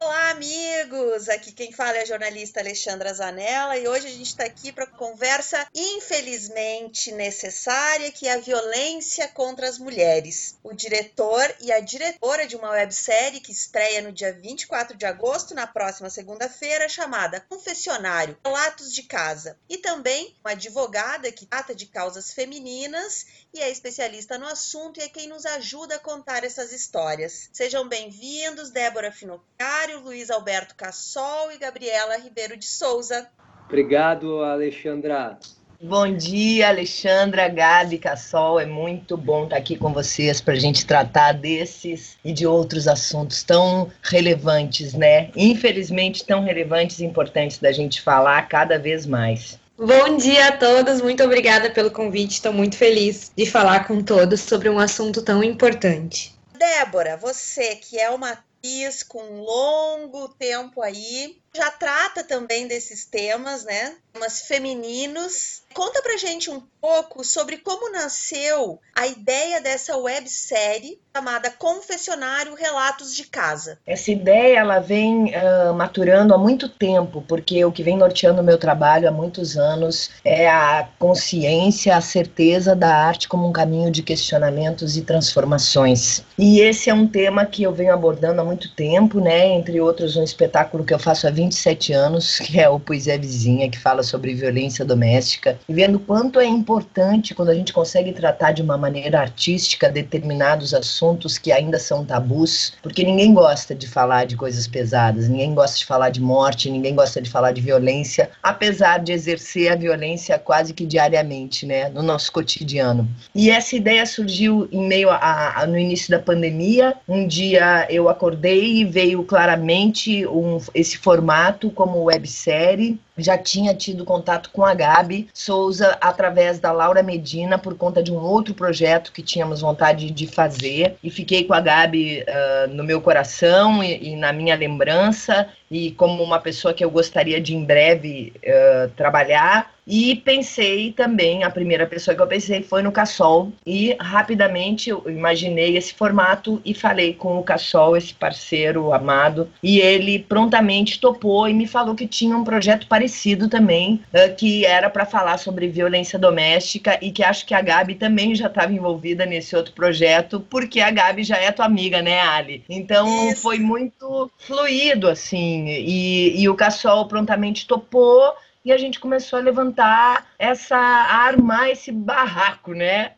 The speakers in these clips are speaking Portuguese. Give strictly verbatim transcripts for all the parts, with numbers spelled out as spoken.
Olá, amigos! Aqui quem fala é a jornalista Alexandra Zanella e hoje a gente está aqui para conversa infelizmente necessária, que é a violência contra as mulheres. O diretor e a diretora de uma websérie que estreia no dia vinte e quatro de agosto, na próxima segunda-feira, chamada Confessionário, Relatos de Casa. E também uma advogada que trata de causas femininas e é especialista no assunto e é quem nos ajuda a contar essas histórias. Sejam bem-vindos, Débora Finocchiaro, Luiz Alberto Cassol e Gabriela Ribeiro de Souza. Obrigado, Alexandra. Bom dia, Alexandra, Gabi, Cassol. É muito bom estar aqui com vocês para a gente tratar desses e de outros assuntos tão relevantes, né? Infelizmente, tão relevantes e importantes da gente falar cada vez mais. Bom dia a todos, muito obrigada pelo convite. Estou muito feliz de falar com todos sobre um assunto tão importante. Débora, você que é uma atriz com um longo tempo aí, já trata também desses temas, né? Temas femininos. Conta pra gente um pouco sobre como nasceu a ideia dessa websérie chamada Confessionário, Relatos de Casa. Essa ideia, ela vem uh, maturando há muito tempo, porque o que vem norteando o meu trabalho há muitos anos é a consciência, a certeza da arte como um caminho de questionamentos e transformações. E esse é um tema que eu venho abordando há muito tempo, né? Entre outros, um espetáculo que eu faço há vinte e sete anos, que é o Poesia Vizinha, que fala sobre violência doméstica, e vendo quanto é importante quando a gente consegue tratar de uma maneira artística determinados assuntos que ainda são tabus, porque ninguém gosta de falar de coisas pesadas, ninguém gosta de falar de morte, ninguém gosta de falar de violência, apesar de exercer a violência quase que diariamente, né, no nosso cotidiano. E essa ideia surgiu em meio a, a no início da pandemia. Um dia eu acordei e veio claramente um, esse formato como websérie. Já tinha tido contato com a Gabi Souza através da Laura Medina por conta de um outro projeto que tínhamos vontade de fazer, e fiquei com a Gabi uh, no meu coração e, e na minha lembrança, e como uma pessoa que eu gostaria de em breve uh, trabalhar. E pensei também, a primeira pessoa que eu pensei foi no Cassol, e rapidamente eu imaginei esse formato e falei com o Cassol, esse parceiro amado, e ele prontamente topou e me falou que tinha um projeto parecido também, uh, que era para falar sobre violência doméstica, e que acho que a Gabi também já estava envolvida nesse outro projeto, porque a Gabi já é tua amiga, né, Ali? Então Isso. Foi muito fluido, assim, e, e o Cassol prontamente topou, e a gente começou a levantar essa, a armar esse barraco, né?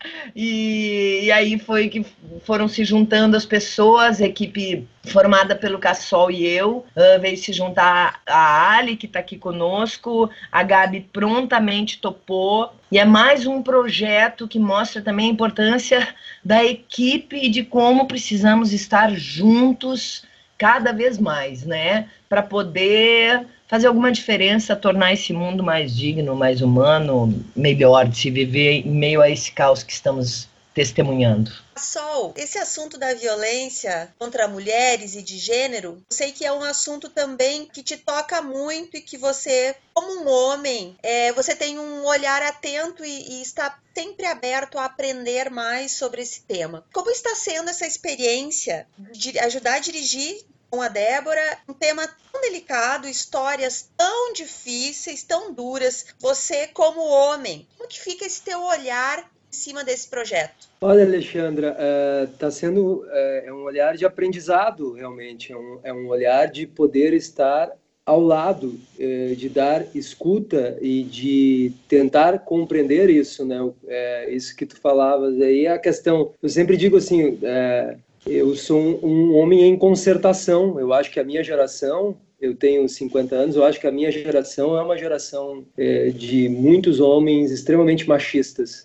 E, e aí foi que foram se juntando as pessoas, a equipe formada pelo Cassol e eu, uh, veio se juntar a Ali, que está aqui conosco, a Gabi prontamente topou, e é mais um projeto que mostra também a importância da equipe e de como precisamos estar juntos cada vez mais, né? Para poder fazer alguma diferença, tornar esse mundo mais digno, mais humano, melhor de se viver em meio a esse caos que estamos testemunhando. Sol, esse assunto da violência contra mulheres e de gênero, eu sei que é um assunto também que te toca muito e que você, como um homem, é, você tem um olhar atento e, e está sempre aberto a aprender mais sobre esse tema. Como está sendo essa experiência de ajudar a dirigir com a Débora, um tema tão delicado, histórias tão difíceis, tão duras. Você, como homem, como que fica esse teu olhar em cima desse projeto? Olha, Alexandra, está uh, sendo uh, é um olhar de aprendizado, realmente. É um, é um olhar de poder estar ao lado, uh, de dar escuta e de tentar compreender isso, né? Uh, isso que tu falavas aí, a questão... Eu sempre digo assim... Uh, Eu sou um, um homem em concertação. Eu acho que a minha geração, eu tenho cinquenta anos, eu acho que a minha geração é uma geração é, de muitos homens extremamente machistas.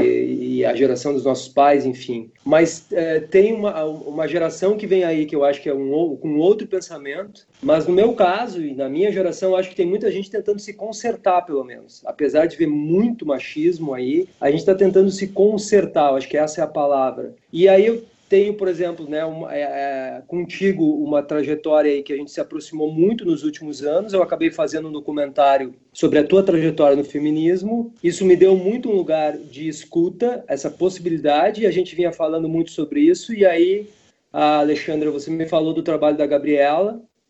E, e a geração dos nossos pais, enfim. Mas é, tem uma, uma geração que vem aí que eu acho que é um, um outro pensamento. Mas no meu caso e na minha geração, eu acho que tem muita gente tentando se consertar, pelo menos. Apesar de ver muito machismo aí, a gente está tentando se consertar. Eu acho que essa é a palavra. E aí eu tenho, por exemplo, né, uma, é, é, contigo uma trajetória aí que a gente se aproximou muito nos últimos anos. Eu acabei fazendo um documentário sobre a tua trajetória no feminismo. Isso me deu muito um lugar de escuta, essa possibilidade, e a gente vinha falando muito sobre isso. E aí, a Alexandra, você me falou do trabalho da Gabriela,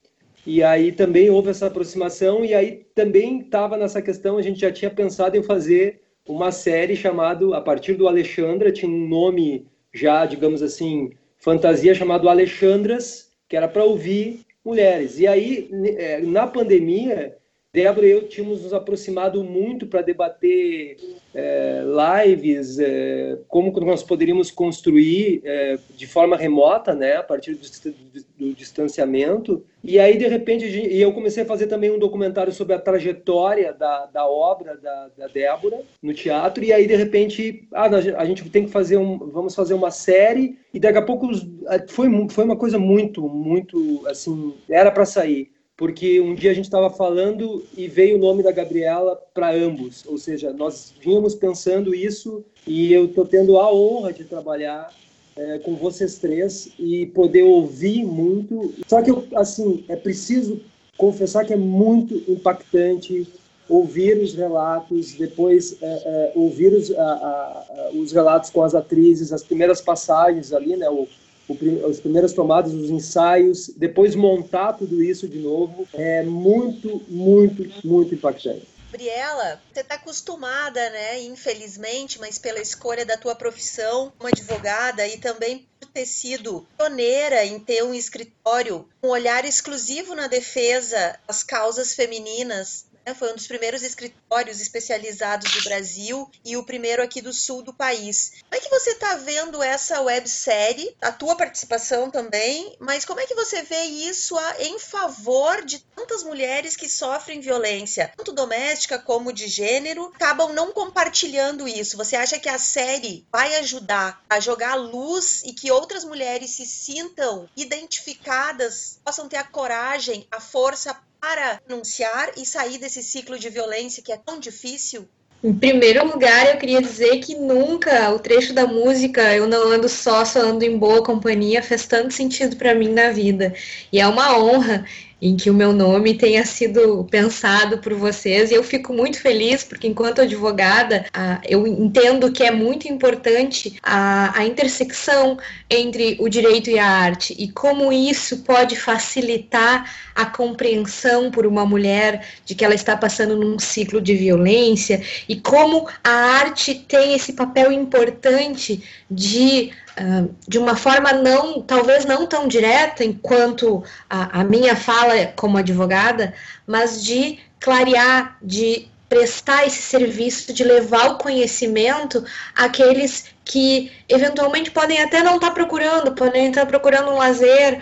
E aí também houve essa aproximação, e aí também estava nessa questão, a gente já tinha pensado em fazer uma série chamada, a partir do Alexandra, tinha um nome já, digamos assim, fantasia, chamado Alexandras, que era para ouvir mulheres. E aí, na pandemia, Débora e eu tínhamos nos aproximado muito para debater é, lives, é, como nós poderíamos construir é, de forma remota, né, a partir do, do, do distanciamento. E aí, de repente, a gente, e eu comecei a fazer também um documentário sobre a trajetória da, da obra da, da Débora no teatro. E aí, de repente, ah, a gente tem que fazer um, vamos fazer uma série. E daqui a pouco foi, foi uma coisa muito, muito, assim, era para sair. Porque um dia a gente estava falando e veio o nome da Gabriela para ambos, ou seja, nós vínhamos pensando isso e eu estou tendo a honra de trabalhar é, com vocês três e poder ouvir muito. Só que, assim, é preciso confessar que é muito impactante ouvir os relatos, depois é, é, ouvir os, a, a, os relatos com as atrizes, as primeiras passagens ali, né, o O, as primeiras tomadas, os ensaios, depois montar tudo isso de novo, é muito, muito, muito impactante. Gabriela, você está acostumada, né, infelizmente, mas pela escolha da tua profissão como advogada e também por ter sido pioneira em ter um escritório com um olhar exclusivo na defesa das causas femininas, foi um dos primeiros escritórios especializados do Brasil e o primeiro aqui do sul do país. Como é que você está vendo essa websérie, a tua participação também, mas como é que você vê isso a, em favor de tantas mulheres que sofrem violência, tanto doméstica como de gênero, acabam não compartilhando isso? Você acha que a série vai ajudar a jogar luz e que outras mulheres se sintam identificadas, possam ter a coragem, a força para denunciar e sair desse ciclo de violência que é tão difícil? Em primeiro lugar, eu queria dizer que nunca o trecho da música Eu Não Ando Só, Só Ando em Boa Companhia fez tanto sentido para mim na vida. E é uma honra em que o meu nome tenha sido pensado por vocês, e eu fico muito feliz, porque enquanto advogada, eu entendo que é muito importante a, a intersecção entre o direito e a arte, e como isso pode facilitar a compreensão por uma mulher de que ela está passando num ciclo de violência, e como a arte tem esse papel importante de Uh, de uma forma não, talvez não tão direta enquanto a, a minha fala como advogada, mas de clarear, de prestar esse serviço, de levar o conhecimento àqueles que eventualmente podem até não estar procurando, podem estar procurando um lazer,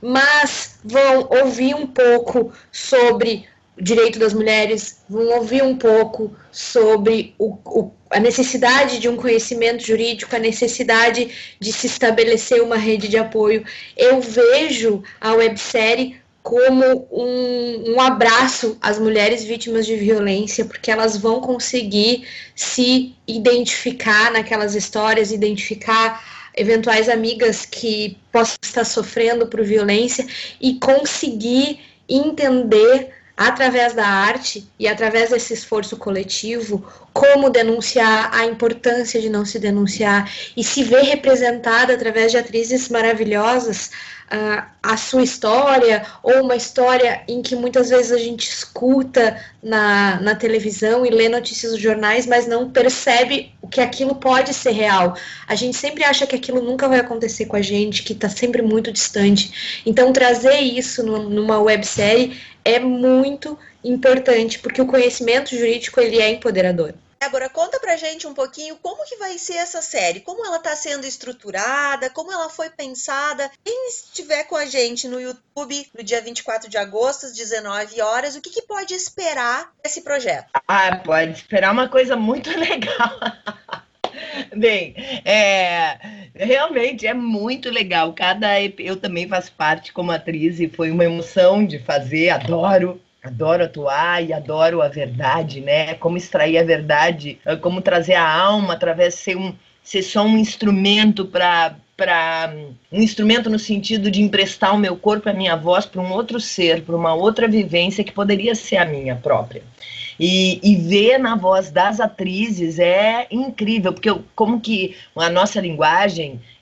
mas vão ouvir um pouco sobre o direito das mulheres, vão ouvir um pouco sobre o, o, a necessidade de um conhecimento jurídico, a necessidade de se estabelecer uma rede de apoio. Eu vejo a websérie como um, um abraço às mulheres vítimas de violência, porque elas vão conseguir se identificar naquelas histórias, identificar eventuais amigas que possam estar sofrendo por violência e conseguir entender através da arte e através desse esforço coletivo, como denunciar, a importância de não se denunciar, e se ver representada através de atrizes maravilhosas, uh, a sua história, ou uma história em que muitas vezes a gente escuta na, na televisão e lê notícias dos jornais, mas não percebe que aquilo pode ser real. A gente sempre acha que aquilo nunca vai acontecer com a gente, que está sempre muito distante. Então, trazer isso no, numa websérie é muito importante, porque o conhecimento jurídico, ele é empoderador. Agora, conta pra gente um pouquinho como que vai ser essa série, como ela está sendo estruturada, como ela foi pensada. Quem estiver com a gente no YouTube no dia vinte e quatro de agosto, às dezenove horas, o que, que pode esperar desse projeto? Ah, pode esperar uma coisa muito legal. Bem, é, realmente é muito legal. Cada eu também faço parte como atriz e foi uma emoção de fazer, adoro. Adoro atuar e adoro a verdade, né? Como extrair a verdade, como trazer a alma através de ser, um, ser só um instrumento para... para um instrumento no sentido de emprestar o meu corpo, a minha voz para um outro ser, para uma outra vivência que poderia ser a minha própria. E, e ver na voz das atrizes é incrível, porque como que a nossa linguagem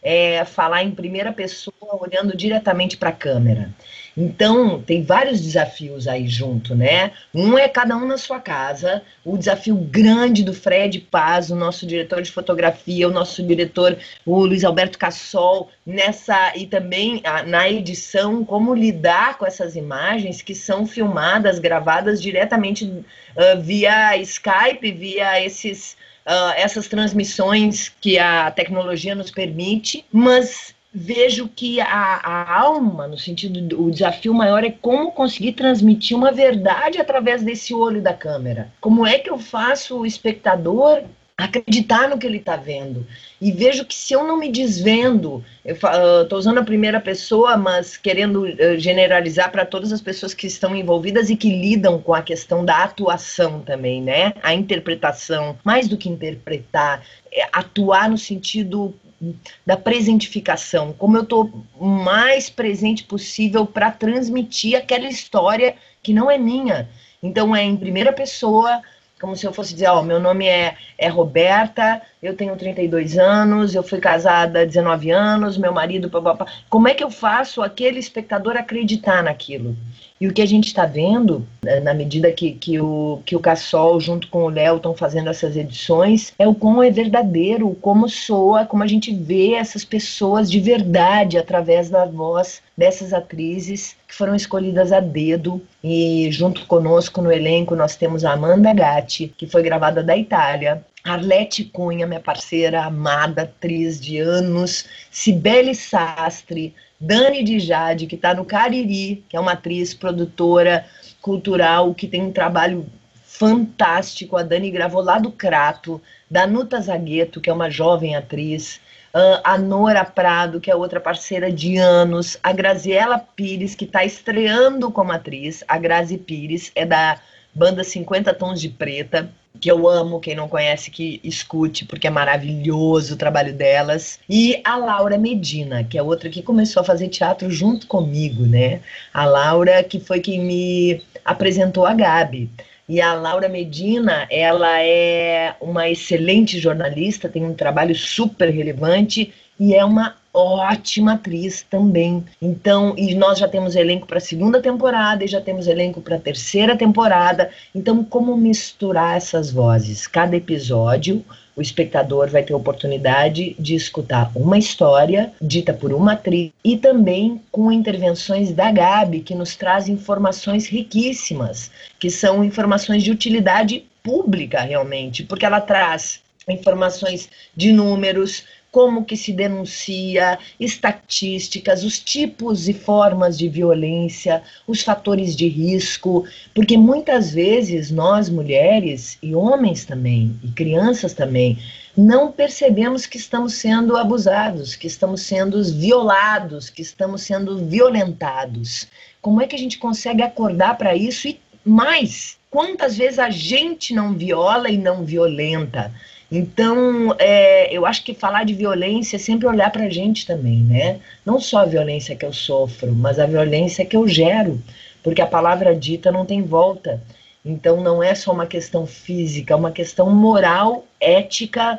é falar em primeira pessoa, olhando diretamente para a câmera. Então, tem vários desafios aí junto, né? Um é cada um na sua casa, o desafio grande do Fred Paz, o nosso diretor de fotografia, o nosso diretor, o Luiz Alberto Cassol, nessa, e também a, na edição, como lidar com essas imagens que são filmadas, gravadas diretamente uh, via Skype, via esses, uh, essas transmissões que a tecnologia nos permite, mas vejo que a, a alma, no sentido, do, o desafio maior é como conseguir transmitir uma verdade através desse olho da câmera. Como é que eu faço o espectador acreditar no que ele está vendo? E vejo que se eu não me desvendo, eu estou uh, usando a primeira pessoa, mas querendo uh, generalizar para todas as pessoas que estão envolvidas e que lidam com a questão da atuação também, né? A interpretação, mais do que interpretar, é atuar no sentido da presentificação, como eu estou o mais presente possível para transmitir aquela história que não é minha. Então é em primeira pessoa, como se eu fosse dizer, ó, meu nome é, é Roberta, eu tenho trinta e dois anos, eu fui casada há dezenove anos, meu marido... Papapá. Como é que eu faço aquele espectador acreditar naquilo? E o que a gente está vendo, na medida que, que, o, que o Cassol, junto com o Léo, estão fazendo essas edições, é o como é verdadeiro, o como soa, como a gente vê essas pessoas de verdade através da voz dessas atrizes que foram escolhidas a dedo. E junto conosco no elenco nós temos a Amanda Gatti, que foi gravada da Itália, Arlete Cunha, minha parceira amada, atriz de anos, Cibele Sastre, Dani de Jade, que está no Cariri, que é uma atriz, produtora cultural, que tem um trabalho fantástico. A Dani gravou lá do Crato, Danuta Zagueto, que é uma jovem atriz, uh, a Nora Prado, que é outra parceira de anos, a Graziela Pires, que está estreando como atriz. A Grazi Pires é da banda cinquenta Tons de Preta, que eu amo, quem não conhece que escute, porque é maravilhoso o trabalho delas. E a Laura Medina, que é outra que começou a fazer teatro junto comigo, né? A Laura, que foi quem me apresentou a Gabi. E a Laura Medina, ela é uma excelente jornalista, tem um trabalho super relevante e é uma ótima atriz também. Então, e nós já temos elenco para a segunda temporada e já temos elenco para a terceira temporada. Então, como misturar essas vozes? Cada episódio, o espectador vai ter a oportunidade de escutar uma história dita por uma atriz e também com intervenções da Gabi, que nos traz informações riquíssimas, que são informações de utilidade pública realmente, porque ela traz informações de números, como que se denuncia, estatísticas, os tipos e formas de violência, os fatores de risco, porque muitas vezes nós, mulheres, e homens também, e crianças também, não percebemos que estamos sendo abusados, que estamos sendo violados, que estamos sendo violentados. Como é que a gente consegue acordar para isso? E mais, quantas vezes a gente não viola e não violenta? Então, é, eu acho que falar de violência é sempre olhar para a gente também, né? Não só a violência que eu sofro, mas a violência que eu gero, porque a palavra dita não tem volta. Então, não é só uma questão física, é uma questão moral, ética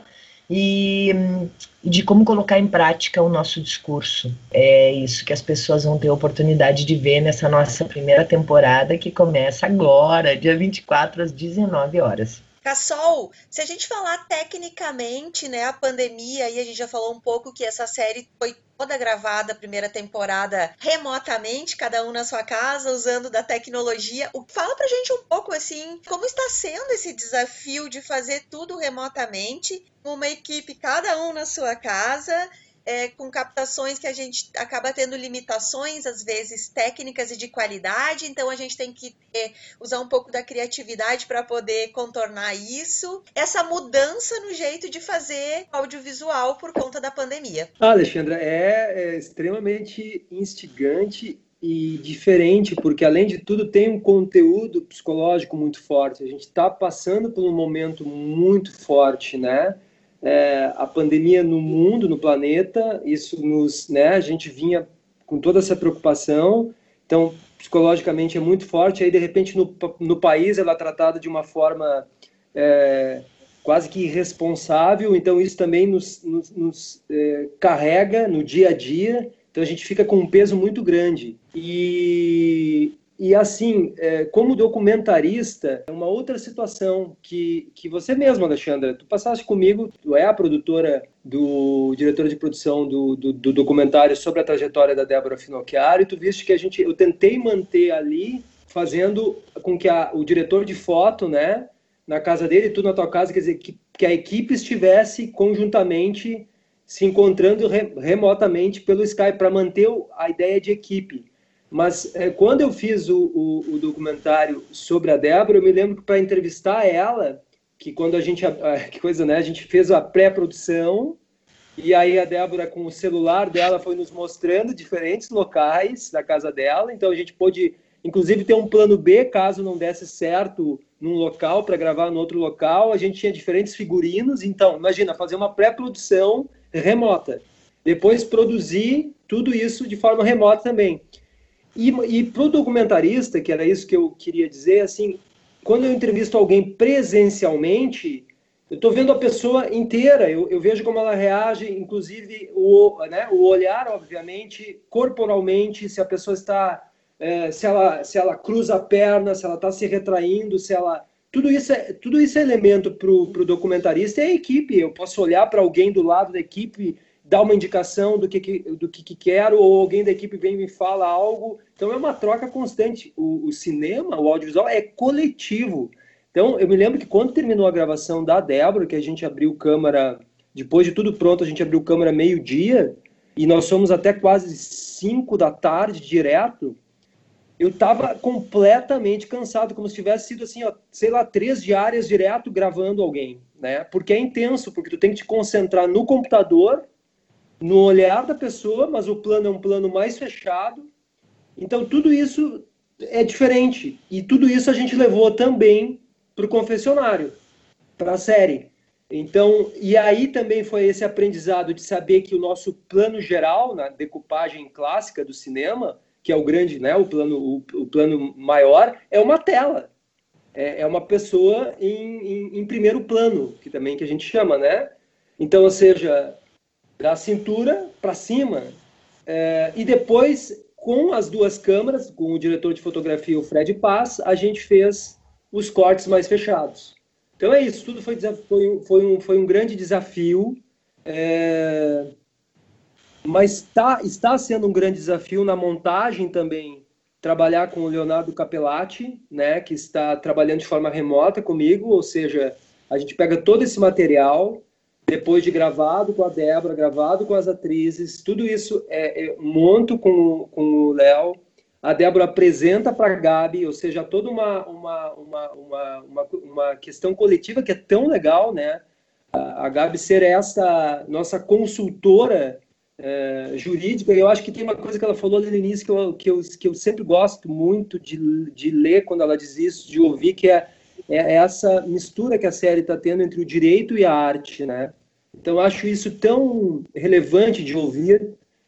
e, e de como colocar em prática o nosso discurso. É isso que as pessoas vão ter a oportunidade de ver nessa nossa primeira temporada, que começa agora, dia vinte e quatro, às dezenove horas. Cassol, se a gente falar tecnicamente, né, a pandemia, aí a gente já falou um pouco que essa série foi toda gravada, a primeira temporada, remotamente, cada um na sua casa, usando da tecnologia. Fala pra gente um pouco, assim, como está sendo esse desafio de fazer tudo remotamente, uma equipe, cada um na sua casa, É, com captações que a gente acaba tendo limitações, às vezes técnicas e de qualidade, então a gente tem que ter, usar um pouco da criatividade para poder contornar isso. Essa mudança no jeito de fazer audiovisual por conta da pandemia. Ah, Alexandra, é, é extremamente instigante e diferente, porque além de tudo tem um conteúdo psicológico muito forte. A gente está passando por um momento muito forte, né? É, a pandemia no mundo, no planeta, isso nos, né, a gente vinha com toda essa preocupação, então psicologicamente é muito forte, aí de repente no, no país ela é tratada de uma forma é, quase que irresponsável, então isso também nos, nos, nos é, carrega no dia a dia, então a gente fica com um peso muito grande. E, e assim, é, como documentarista, é uma outra situação que, que você mesma, Alexandra, tu passaste comigo, tu é a produtora, do diretora de produção do, do, do documentário sobre a trajetória da Débora Finocchiaro, e tu viste que a gente, eu tentei manter ali, fazendo com que a, o diretor de foto, né, na casa dele, tu na tua casa, quer dizer, que, que a equipe estivesse conjuntamente se encontrando re, remotamente pelo Skype, para manter a ideia de equipe. Mas é, quando eu fiz o, o, o documentário sobre a Débora, eu me lembro que para entrevistar ela, que quando a gente, que coisa, né, a gente fez a pré-produção, e aí a Débora com o celular dela foi nos mostrando diferentes locais da casa dela, então a gente pôde, inclusive, ter um plano B, caso não desse certo num local para gravar no outro local, a gente tinha diferentes figurinos, então, imagina, fazer uma pré-produção remota, depois produzir tudo isso de forma remota também. E, e para o documentarista, que era isso que eu queria dizer, assim, quando eu entrevisto alguém presencialmente, eu estou vendo a pessoa inteira, eu, eu vejo como ela reage, inclusive o, né, o olhar, obviamente, corporalmente, se a pessoa está, é, se, ela, se ela cruza a perna, se ela está se retraindo, se ela... Tudo isso é, tudo isso é elemento para o documentarista e a equipe. Eu posso olhar para alguém do lado da equipe, dar uma indicação do que, que, do que, que quero, ou alguém da equipe vem e me fala algo. Então é uma troca constante. O, o cinema, o audiovisual é coletivo. Então eu me lembro que quando terminou a gravação da Débora, que a gente abriu câmera, depois de tudo pronto, a gente abriu câmera meio-dia, e nós fomos até quase cinco da tarde direto, eu estava completamente cansado, como se tivesse sido assim, ó, sei lá, três diárias direto gravando alguém, né? Porque é intenso, porque tu tem que te concentrar no computador, no olhar da pessoa, mas o plano é um plano mais fechado. Então, tudo isso é diferente. E tudo isso a gente levou também para o confessionário, para a série. Então, e aí também foi esse aprendizado de saber que o nosso plano geral, na decupagem clássica do cinema, que é o grande, né, o plano, o, o plano maior, é uma tela. É, é uma pessoa em, em, em primeiro plano, que também que a gente chama, né? Então, ou seja, da cintura para cima. É, e depois, com as duas câmeras, com o diretor de fotografia, o Fred Paz, a gente fez os cortes mais fechados. Então é isso, tudo foi, foi, foi, um, foi um grande desafio, é, mas tá, está sendo um grande desafio na montagem também, trabalhar com o Leonardo Capellati, né, que está trabalhando de forma remota comigo, ou seja, a gente pega todo esse material, depois de gravado com a Débora, gravado com as atrizes, tudo isso é, é monto com, com o Léo, a Débora apresenta para a Gabi, ou seja, toda uma, uma, uma, uma, uma, uma questão coletiva que é tão legal, né? A, a Gabi ser essa nossa consultora é, jurídica. Eu acho que tem uma coisa que ela falou ali no início que eu, que eu, que eu sempre gosto muito de, de ler quando ela diz isso, de ouvir, que é, é essa mistura que a série está tendo entre o direito e a arte, né? Então, eu acho isso tão relevante de ouvir,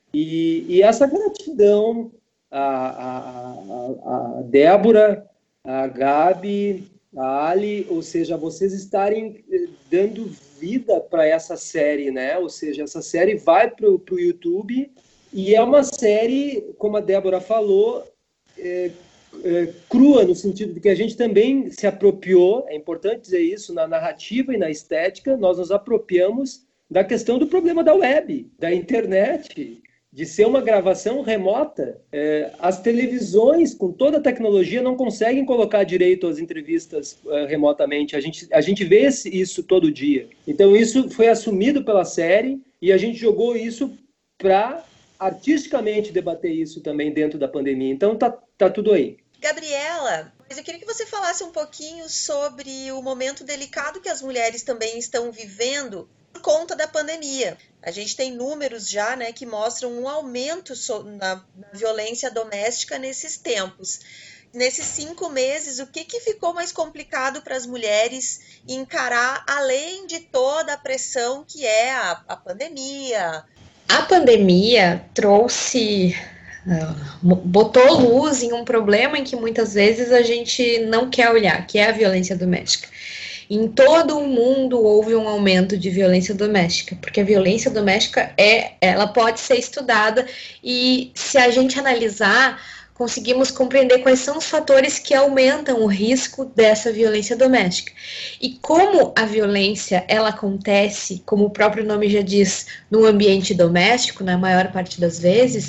e, e essa gratidão a, a, a, a Débora, a Gabi, a Ali, ou seja, vocês estarem dando vida para essa série, né? Ou seja, essa série vai para o YouTube e é uma série, como a Débora falou, é, é, crua, no sentido de que a gente também se apropriou, é importante dizer isso, na narrativa e na estética, nós nos apropriamos da questão do problema da web, da internet, de ser uma gravação remota. É, as televisões, com toda a tecnologia, não conseguem colocar direito às entrevistas uh, remotamente. A gente, a gente vê isso todo dia. Então, isso foi assumido pela série e a gente jogou isso para artisticamente debater isso também dentro da pandemia. Então, tá, tá tudo aí. Gabriela, mas eu queria que você falasse um pouquinho sobre o momento delicado que as mulheres também estão vivendo por conta da pandemia. A gente tem números já, né, que mostram um aumento na, na violência doméstica nesses tempos. Nesses cinco meses, o que, que ficou mais complicado para as mulheres encarar, além de toda a pressão que é a, a pandemia? A pandemia trouxe, uh, botou luz em um problema em que muitas vezes a gente não quer olhar, que é a violência doméstica. em todo o mundo houve um aumento de violência doméstica, porque a violência doméstica é, ela pode ser estudada e se a gente analisar, conseguimos compreender quais são os fatores que aumentam o risco dessa violência doméstica. E como a violência, ela acontece, como o próprio nome já diz, no ambiente doméstico, na maior parte das vezes,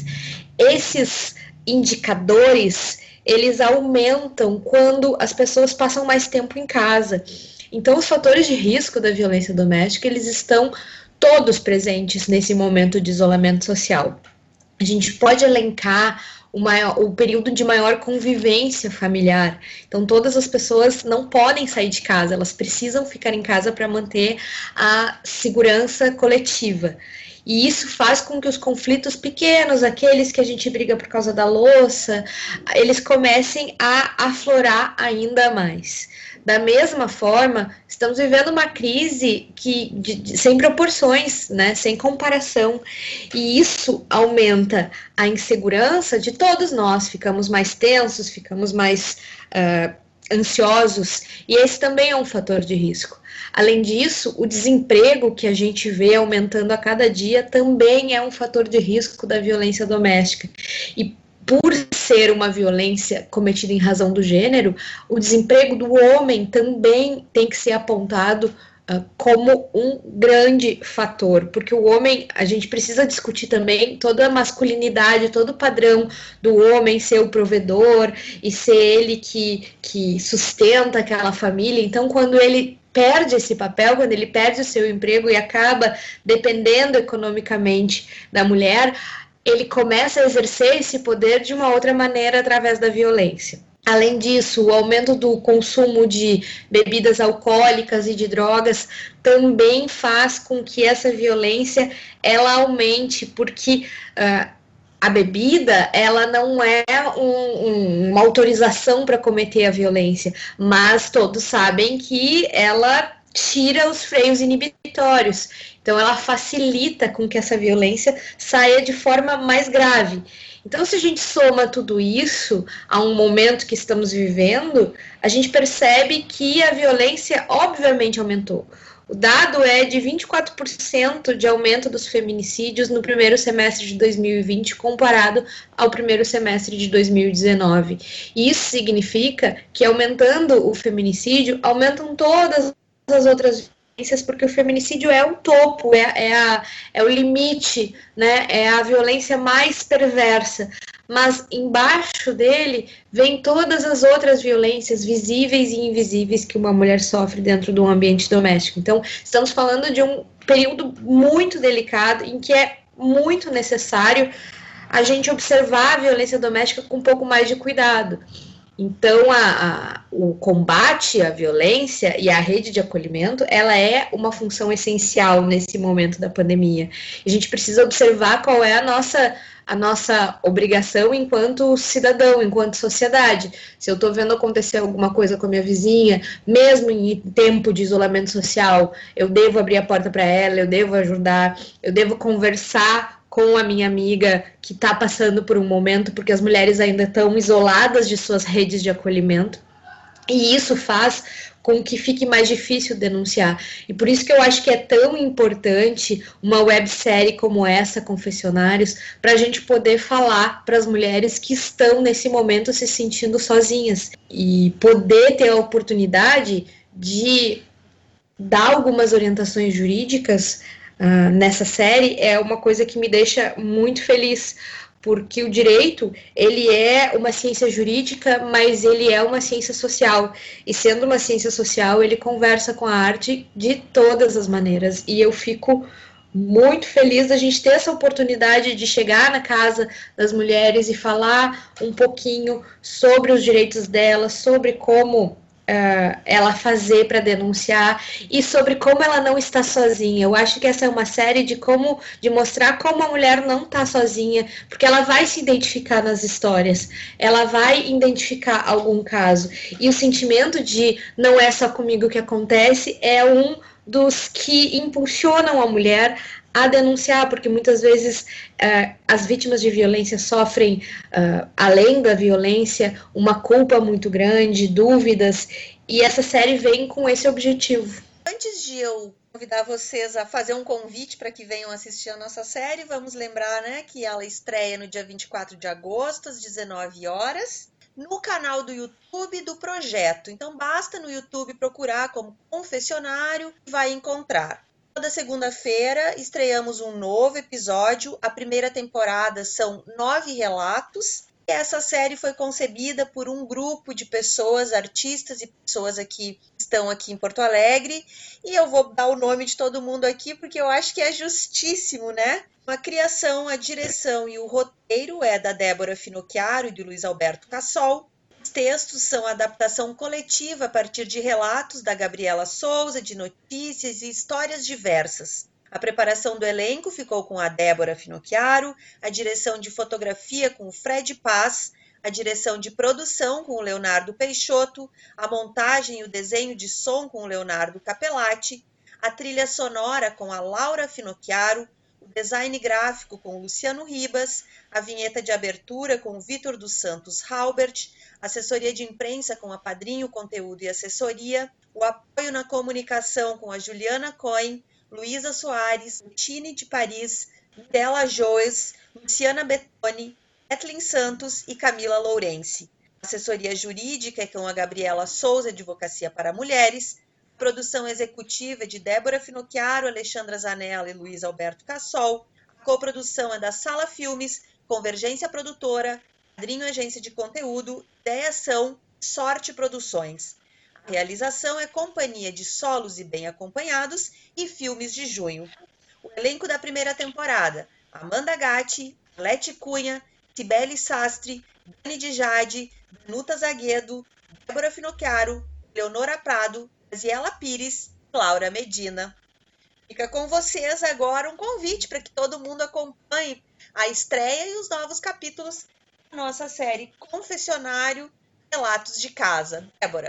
esses indicadores, eles aumentam quando as pessoas passam mais tempo em casa. Então, os fatores de risco da violência doméstica, eles estão todos presentes nesse momento de isolamento social. A gente pode elencar o, maior, o período de maior convivência familiar. Então, todas as pessoas não podem sair de casa, elas precisam ficar em casa para manter a segurança coletiva. E isso faz com que os conflitos pequenos, aqueles que a gente briga por causa da louça, eles comecem a aflorar ainda mais. Da mesma forma, estamos vivendo uma crise que, de, de, sem proporções, né, sem comparação, e isso aumenta a insegurança de todos nós, ficamos mais tensos, ficamos mais uh, ansiosos, e esse também é um fator de risco. Além disso, o desemprego que a gente vê aumentando a cada dia também é um fator de risco da violência doméstica. E por ser uma violência cometida em razão do gênero, o desemprego do homem também tem que ser apontado uh, como um grande fator, porque o homem, a gente precisa discutir também toda a masculinidade, todo o padrão do homem ser o provedor e ser ele que, que sustenta aquela família. Então, quando ele perde esse papel, quando ele perde o seu emprego e acaba dependendo economicamente da mulher, ele começa a exercer esse poder de uma outra maneira através da violência. Além disso, o aumento do consumo de bebidas alcoólicas e de drogas também faz com que essa violência ela aumente, porque uh, a bebida ela não é um, um, uma autorização para cometer a violência, mas todos sabem que ela tira os freios inibitórios. Então, ela facilita com que essa violência saia de forma mais grave. Então, se a gente soma tudo isso a um momento que estamos vivendo, a gente percebe que a violência, obviamente, aumentou. O dado é de vinte e quatro por cento de aumento dos feminicídios no primeiro semestre de dois mil e vinte, comparado ao primeiro semestre de dois mil e dezenove. E isso significa que, aumentando o feminicídio, aumentam todas as outras violências, porque o feminicídio é o topo, é, é, a, é o limite, né? É a violência mais perversa. Mas embaixo dele vem todas as outras violências visíveis e invisíveis que uma mulher sofre dentro do ambiente doméstico. Então, estamos falando de um período muito delicado em que é muito necessário a gente observar a violência doméstica com um pouco mais de cuidado. Então, a, a, o combate à violência e a rede de acolhimento, ela é uma função essencial nesse momento da pandemia. A gente precisa observar qual é a nossa, a nossa obrigação enquanto cidadão, enquanto sociedade. Se eu estou vendo acontecer alguma coisa com a minha vizinha, mesmo em tempo de isolamento social, eu devo abrir a porta para ela, eu devo ajudar, eu devo conversar com a minha amiga que está passando por um momento, porque as mulheres ainda estão isoladas de suas redes de acolhimento, e isso faz com que fique mais difícil denunciar. E por isso que eu acho que é tão importante uma websérie como essa, Confessionários, para a gente poder falar para as mulheres que estão nesse momento se sentindo sozinhas, e poder ter a oportunidade de dar algumas orientações jurídicas Uh, nessa série é uma coisa que me deixa muito feliz, porque o direito, ele é uma ciência jurídica, mas ele é uma ciência social, e sendo uma ciência social, ele conversa com a arte de todas as maneiras, e eu fico muito feliz da gente ter essa oportunidade de chegar na casa das mulheres e falar um pouquinho sobre os direitos delas, sobre como Uh, ela fazer para denunciar e sobre como ela não está sozinha. Eu acho que essa é uma série de como de mostrar como a mulher não está sozinha, porque ela vai se identificar nas histórias, ela vai identificar algum caso, e o sentimento de não é só comigo que acontece é um dos que impulsionam a mulher a denunciar, porque muitas vezes uh, as vítimas de violência sofrem, uh, além da violência, uma culpa muito grande, dúvidas, e essa série vem com esse objetivo. Antes de eu convidar vocês a fazer um convite para que venham assistir a nossa série, vamos lembrar, né, que ela estreia no dia vinte e quatro de agosto, às dezenove horas, no canal do YouTube do projeto. Então basta no YouTube procurar como Confessionário e vai encontrar. Toda segunda-feira estreamos um novo episódio. A primeira temporada são nove relatos. E essa série foi concebida por um grupo de pessoas, artistas e pessoas aqui que estão aqui em Porto Alegre. E eu vou dar o nome de todo mundo aqui porque eu acho que é justíssimo, né? A criação, a direção e o roteiro é da Débora Finocchiaro e do Luiz Alberto Cassol. Os textos são adaptação coletiva a partir de relatos da Gabriela Souza, de notícias e histórias diversas. A preparação do elenco ficou com a Débora Finocchiaro, a direção de fotografia com o Fred Paz, a direção de produção com o Leonardo Peixoto, a montagem e o desenho de som com o Leonardo Capelati, a trilha sonora com a Laura Finocchiaro, o design gráfico com o Luciano Ribas, a vinheta de abertura com o Vitor dos Santos Halbert, assessoria de imprensa com a Padrinho Conteúdo e Assessoria, o apoio na comunicação com a Juliana Cohen, Luísa Soares, Tine de Paris, Della Joes, Luciana Betoni, Kathleen Santos e Camila Lourenci. Assessoria jurídica com a Gabriela Souza, Advocacia para Mulheres. Produção executiva é de Débora Finocchiaro, Alexandra Zanella e Luiz Alberto Cassol. A coprodução é da Sala Filmes, Convergência Produtora, Padrinho Agência de Conteúdo, Ideação, Sorte Produções. A realização é Companhia de Solos e Bem Acompanhados e Filmes de Junho. O elenco da primeira temporada: Amanda Gatti, Lete Cunha, Cibele Sastre, Dani de Jade, Danuta Zaguedo, Débora Finocchiaro, Leonora Prado, Graziela Pires e Laura Medina. Fica com vocês agora um convite para que todo mundo acompanhe a estreia e os novos capítulos da nossa série Confessionário, Relatos de Casa. Débora.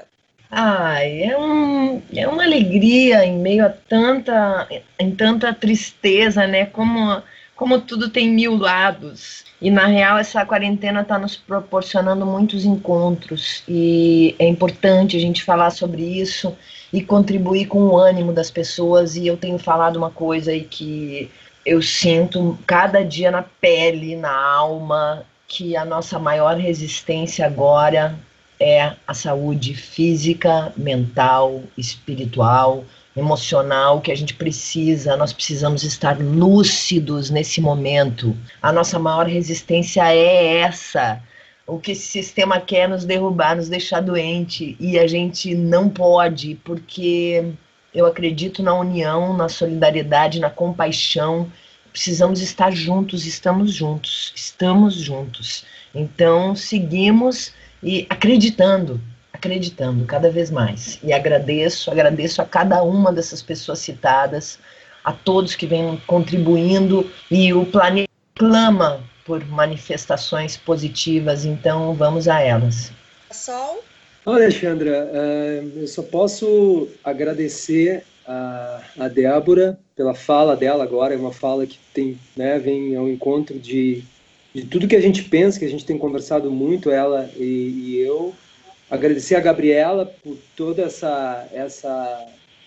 Ai, é, um, é uma alegria em meio a tanta, em tanta tristeza, né? Como, como tudo tem mil lados. E, na real, essa quarentena está nos proporcionando muitos encontros. E é importante a gente falar sobre isso e contribuir com o ânimo das pessoas. E eu tenho falado uma coisa aí que eu sinto cada dia na pele, na alma, que a nossa maior resistência agora é a saúde física, mental, espiritual, emocional, que a gente precisa, nós precisamos estar lúcidos nesse momento. A nossa maior resistência é essa. O que esse sistema quer é nos derrubar, nos deixar doente, e a gente não pode, porque eu acredito na união, na solidariedade, na compaixão. Precisamos estar juntos, estamos juntos, estamos juntos. Então, seguimos e acreditando, acreditando cada vez mais. E agradeço, agradeço a cada uma dessas pessoas citadas, a todos que vêm contribuindo, e o planeta clama por manifestações positivas, então vamos a elas. Sol? Olha, Alexandra, eu só posso agradecer a, a Débora pela fala dela agora, é uma fala que tem, né, vem ao encontro de de tudo que a gente pensa, que a gente tem conversado muito, ela e, e eu. Agradecer a Gabriela por toda essa, essa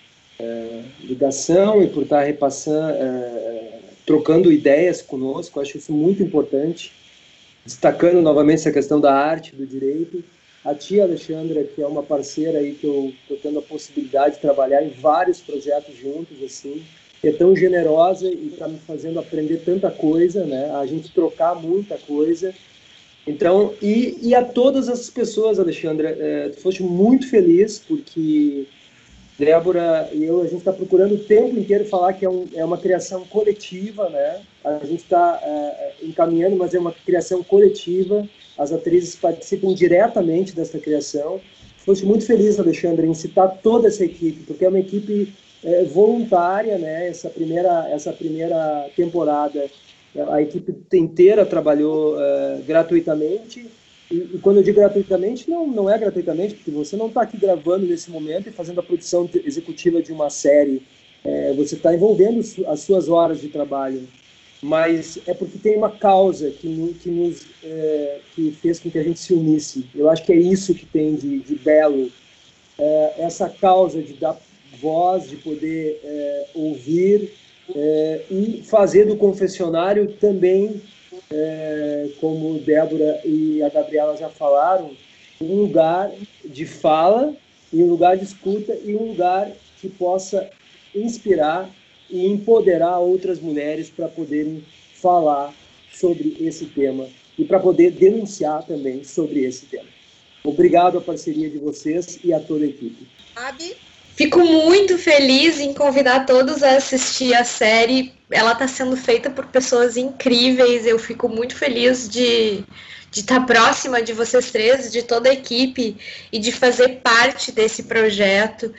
é, ligação e por estar repassando, é, trocando ideias conosco. Acho isso muito importante. Destacando novamente essa questão da arte, do direito. A tia Alexandra, que é uma parceira aí que eu estou tendo a possibilidade de trabalhar em vários projetos juntos, assim. É tão generosa e está me fazendo aprender tanta coisa, né? A gente trocar muita coisa. Então, e, e a todas essas pessoas, Alexandra, é, tu foste muito feliz, porque Débora e eu, a gente está procurando o tempo inteiro falar que é, um, é uma criação coletiva, né? A gente está é, encaminhando, mas é uma criação coletiva. As atrizes participam diretamente dessa criação. Foste muito feliz, Alexandra, em citar toda essa equipe, porque é uma equipe É, voluntária, né? Essa primeira, essa primeira temporada, a equipe inteira trabalhou uh, gratuitamente, e, e quando eu digo gratuitamente, não, não é gratuitamente, porque você não está aqui gravando nesse momento e fazendo a produção executiva de uma série é, você está envolvendo as suas horas de trabalho, mas é porque tem uma causa que, que, nos, é, que fez com que a gente se unisse. Eu acho que é isso que tem de, de belo, é, essa causa de dar voz, de poder é, ouvir é, e fazer do confessionário também, é, como Débora e a Gabriela já falaram, um lugar de fala, e um lugar de escuta, e um lugar que possa inspirar e empoderar outras mulheres para poderem falar sobre esse tema e para poder denunciar também sobre esse tema. Obrigado à parceria de vocês e a toda a equipe. Abi? Fico muito feliz em convidar todos a assistir a série. Ela está sendo feita por pessoas incríveis. Eu fico muito feliz de de estar próxima de vocês três, de toda a equipe, e de fazer parte desse projeto.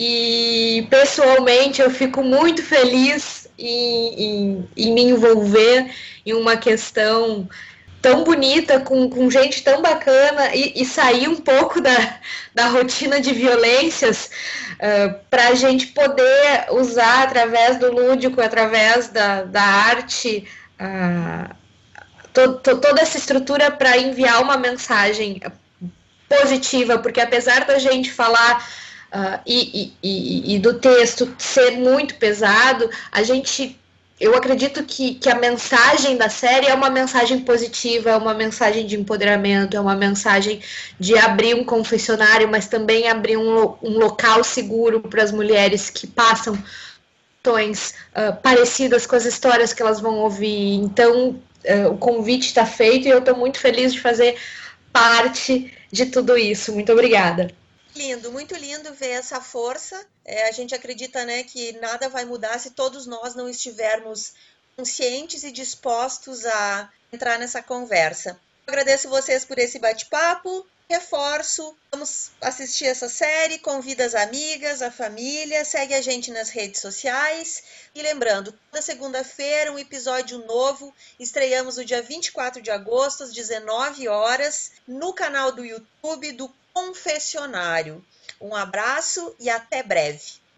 E, pessoalmente, eu fico muito feliz em, em, em me envolver em uma questão tão bonita, com, com gente tão bacana, e, e sair um pouco da, da rotina de violências, uh, para a gente poder usar, através do lúdico, através da, da arte, uh, to, to, toda essa estrutura para enviar uma mensagem positiva, porque apesar da gente falar uh, e, e, e, e do texto ser muito pesado, a gente... Eu acredito que, que a mensagem da série é uma mensagem positiva, é uma mensagem de empoderamento, é uma mensagem de abrir um confessionário, mas também abrir um, um local seguro para as mulheres que passam questões uh, parecidas com as histórias que elas vão ouvir. Então, uh, o convite está feito e eu estou muito feliz de fazer parte de tudo isso. Muito obrigada. Lindo, muito lindo ver essa força. É, a gente acredita, né, que nada vai mudar se todos nós não estivermos conscientes e dispostos a entrar nessa conversa. Eu agradeço vocês por esse bate-papo. Reforço, vamos assistir essa série, convida as amigas, a família, segue a gente nas redes sociais. E lembrando, toda segunda-feira um episódio novo, estreamos no dia vinte e quatro de agosto, às dezenove horas, no canal do YouTube do Confessionário. Um abraço e até breve.